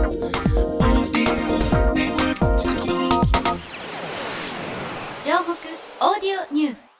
城北オーディオニュース。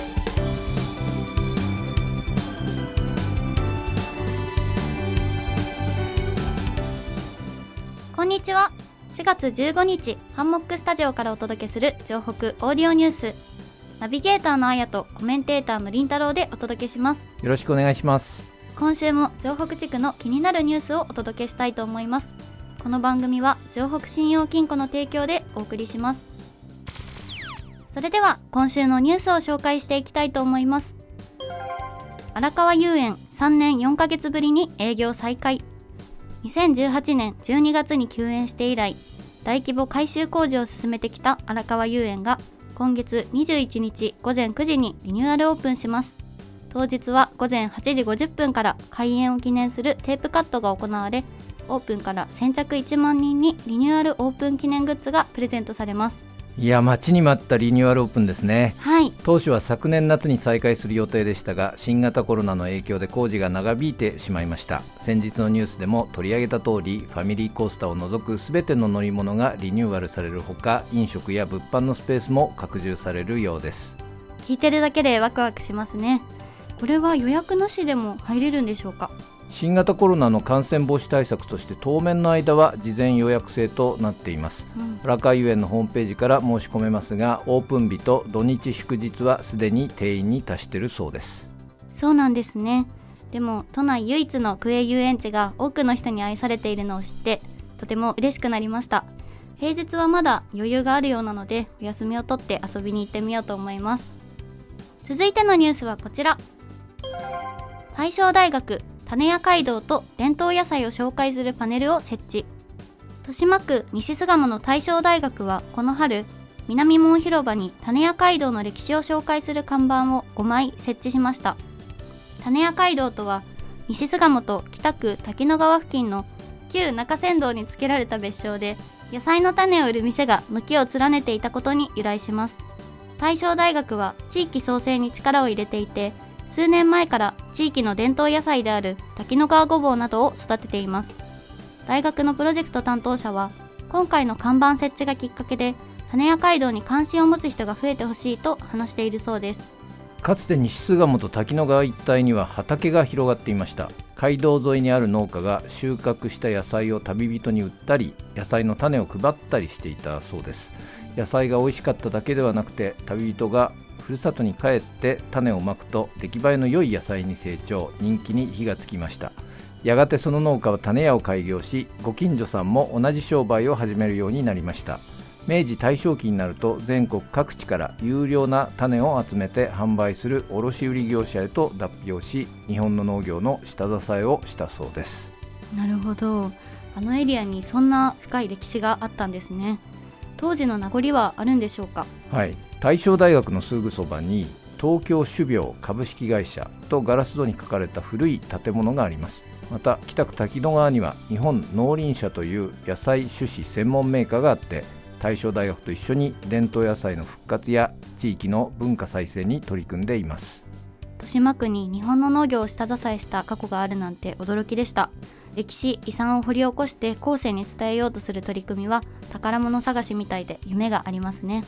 こんにちは。4月15日ハンモックスタジオからお届けする城北オーディオニュース。ナビゲーターのあやとコメンテーターのりんたろうでお届けします。 よろしくお願いします。 今週も城北地区の気になるニュースをお届けしたいと思います。この番組は城北信用金庫の提供でお送りします。それでは今週のニュースを紹介していきたいと思います。荒川遊園3年4ヶ月ぶりに営業再開。2018年12月に休園して以来、大規模改修工事を進めてきた荒川遊園が今月21日午前9時にリニューアルオープンします。当日は午前8時50分から開園を記念するテープカットが行われ、オープンから先着1万人にリニューアルオープン記念グッズがプレゼントされます。 いや、待ちに待ったリニューアルオープンですね。 はい。 当初は昨年夏に再開する予定でしたが、新型コロナの影響で工事が長引いてしまいました。先日のニュースでも取り上げた通り、ファミリーコースターを除くすべての乗り物がリニューアルされるほか、飲食や物販のスペースも拡充されるようです。 聞いてるだけでワクワクしますね。これは予約なしでも入れるんでしょうか？ 新型コロナの感染防止対策として当面の間は事前予約制となっています。荒川遊園のホームページから申し込めますが、オープン日と土日祝日はすでに定員に達しているそうです。 そうなんですね。でも都内唯一の区営遊園地が多くの人に愛されているのを知ってとても嬉しくなりました。平日はまだ余裕があるようなので、お休みを取って遊びに行ってみようと思います。続いてのニュースはこちら。大正大学種屋街道と伝統野菜を紹介するパネルを設置。豊島区西巣鴨の大正大学はこの春、南門広場に種屋街道の歴史を紹介する看板を5枚設置しました。種屋街道とは、西巣鴨と北区滝野川付近の旧中山道に付けられた別称で、野菜の種を売る店が軒を連ねていたことに由来します。大正大学は地域創生に力を入れていて、数年前から地域の伝統野菜である滝野川ごぼうなどを育てています。大学のプロジェクト担当者は、今回の看板設置がきっかけで種屋街道に関心を持つ人が増えてほしいと話しているそうです。 かつて西巣鴨と滝野川一帯には畑が広がっていました。街道沿いにある農家が収穫した野菜を旅人に売ったり、野菜の種を配ったりしていたそうです。野菜が美味しかっただけではなくて、旅人がふるさとに帰って種をまくと出来栄えの良い野菜に成長、人気に火がつきました。やがてその農家は種屋を開業し、ご近所さんも同じ商売を始めるようになりました。明治大正期になると、全国各地から有料な種を集めて販売する卸売業者へと脱皮し、日本の農業の下支えをしたそうです。 なるほど。あのエリアにそんな深い歴史があったんですね。当時の名残はあるんでしょうか？ はい、大正大学のすぐそばに東京種苗株式会社とガラス戸に書かれた古い建物があります。また北区滝野川には日本農林社という野菜種子専門メーカーがあって、大正大学と一緒に伝統野菜の復活や地域の文化再生に取り組んでいます。 豊島区に日本の農業を下支えした過去があるなんて驚きでした。歴史遺産を掘り起こして後世に伝えようとする取り組みは宝物探しみたいで夢がありますね。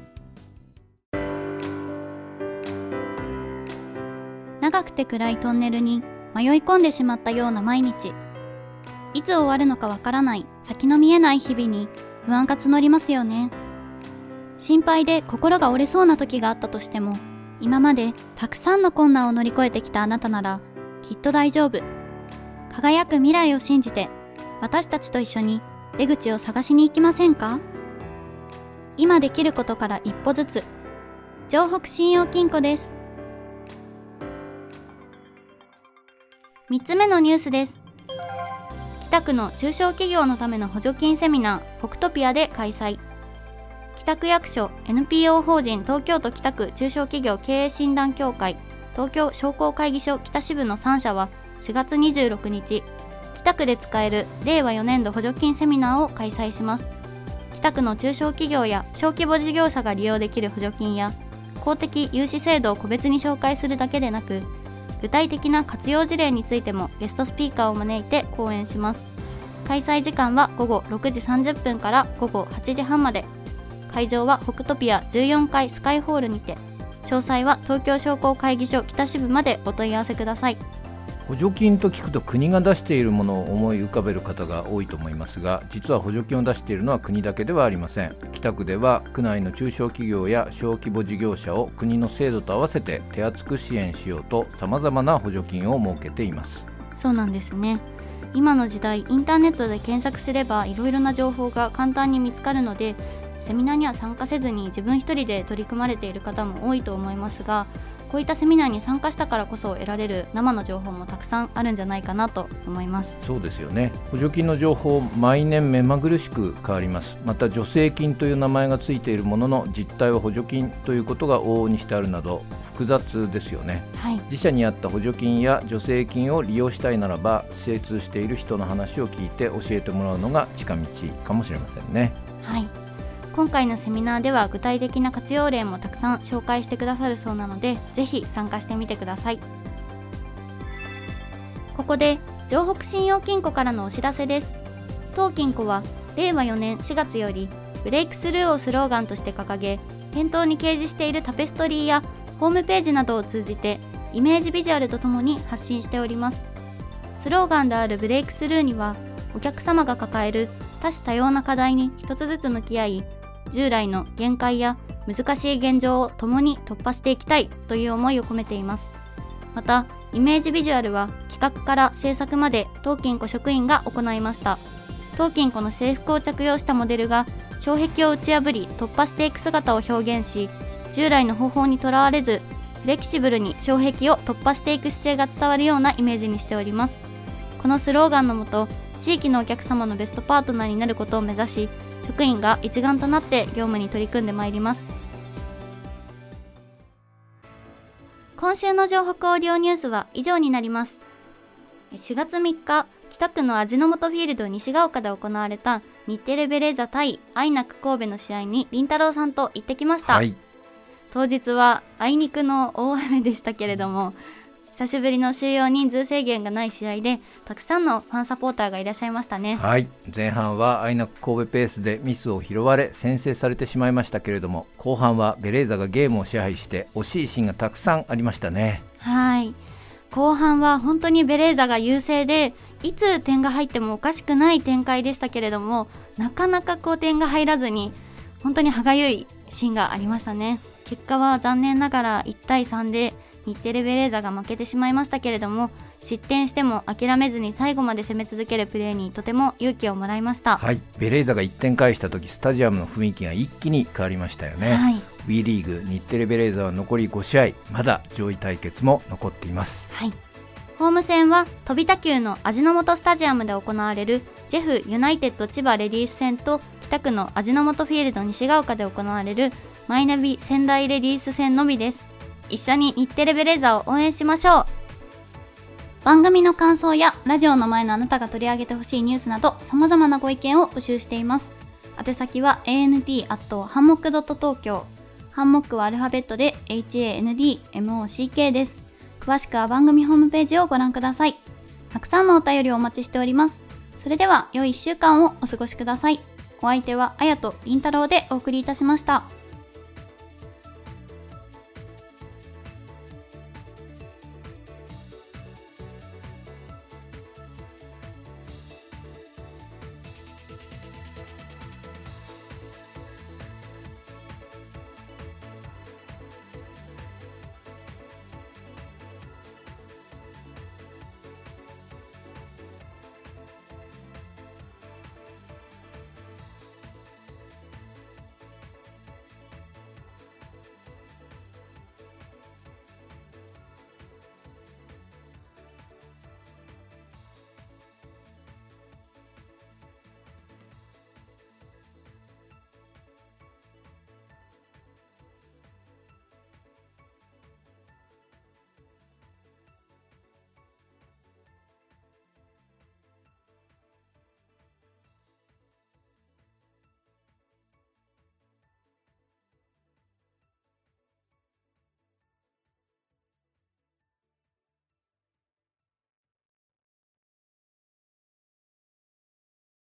長くて暗いトンネルに迷い込んでしまったような毎日。いつ終わるのかわからない先の見えない日々に不安が募りますよね。心配で心が折れそうな時があったとしても、今までたくさんの困難を乗り越えてきたあなたならきっと大丈夫。輝く未来を信じて、私たちと一緒に出口を探しに行きませんか？今できることから一歩ずつ。城北信用金庫です。3つ目のニュースです。北区の中小企業のための補助金セミナー、北トピアで開催。北区役所 NPO 法人東京都北区中小企業経営診断協会、東京商工会議所北支部の3社は4月26日、北区で使える令和4年度補助金セミナーを開催します。北区の中小企業や小規模事業者が利用できる補助金や公的融資制度を個別に紹介するだけでなく、具体的な活用事例についてもゲストスピーカーを招いて講演します。 開催時間は午後6時30分から午後8時半まで。会場は北トピア14階スカイホールにて。詳細は東京商工会議所北支部までお問い合わせください。 補助金と聞くと国が出しているものを思い浮かべる方が多いと思いますが、実は補助金を出しているのは国だけではありません。北区では区内の中小企業や小規模事業者を国の制度と合わせて手厚く支援しようと様々な補助金を設けています。 そうなんですね。今の時代インターネットで検索すればいろいろな情報が簡単に見つかるので、セミナーには参加せずに自分一人で取り組まれている方も多いと思いますが、こういったセミナーに参加したからこそ得られる生の情報もたくさんあるんじゃないかなと思います。 そうですよね。補助金の情報毎年目まぐるしく変わります。また助成金という名前がついているものの実態は補助金ということが往々にしてあるなど複雑ですよね。 はい、 自社にあった補助金や助成金を利用したいならば、精通している人の話を聞いて教えてもらうのが近道かもしれませんね。 はい、今回のセミナーでは具体的な活用例もたくさん紹介してくださるそうなので、ぜひ参加してみてください。ここで城北信用金庫からのお知らせです。当金庫は令和4年4月よりブレイクスルーをスローガンとして掲げ、店頭に掲示しているタペストリーやホームページなどを通じてイメージビジュアルとともに発信しております。スローガンであるブレイクスルーには、お客様が抱える多種多様な課題に一つずつ向き合い、従来の限界や難しい現状を共に突破していきたいという思いを込めています。また、イメージビジュアルは企画から制作まで当金庫職員が行いました。当金庫の制服を着用したモデルが障壁を打ち破り突破していく姿を表現し、従来の方法にとらわれずフレキシブルに障壁を突破していく姿勢が伝わるようなイメージにしております。このスローガンのもと、地域のお客様のベストパートナーになることを目指し、職員が一丸となって業務に取り組んでまいります。今週の城北オーディオニュースは以上になります。4月3日、北区の味の素フィールド西が丘で行われた日テレベレーザ対アイナック神戸の試合に凛太郎さんと行ってきました。 はい、 当日はあいにくの大雨でしたけれども、久しぶりの収容人数制限がない試合でたくさんのファンサポーターがいらっしゃいましたね。 はい、前半はアイナック神戸ペースでミスを拾われ先制されてしまいましたけれども、後半はベレーザがゲームを支配して惜しいシーンがたくさんありましたね。 はい、後半は本当にベレーザが優勢で、いつ点が入ってもおかしくない展開でしたけれども、なかなか点が入らずに本当に歯がゆいシーンがありましたね。結果は残念ながら1対3で日テレベレーザが負けてしまいましたけれども、失点しても諦めずに最後まで攻め続けるプレーにとても勇気をもらいました。 はい、ベレーザが1点返した時、スタジアムの雰囲気が一気に変わりましたよね。 はい、 WE リーグ日テレベレーザは残り5試合、まだ上位対決も残っています。 はい、ホーム戦は飛び田球の味の素スタジアムで行われるジェフユナイテッド千葉レディース戦と、北区の味の素フィールド西が丘で行われるマイナビ仙台レディース戦のみです。一緒に日テレベレーザを応援しましょう。番組の感想やラジオの前のあなたが取り上げてほしいニュースなど様々なご意見を募集しています。宛先は ant@hanmock.tokyo、 ハンモックはアルファベットで HANDMOCK です。詳しくは番組ホームページをご覧ください。たくさんのお便りをお待ちしております。それでは良い1週間をお過ごしください。お相手はあやとりんたろうでお送りいたしました。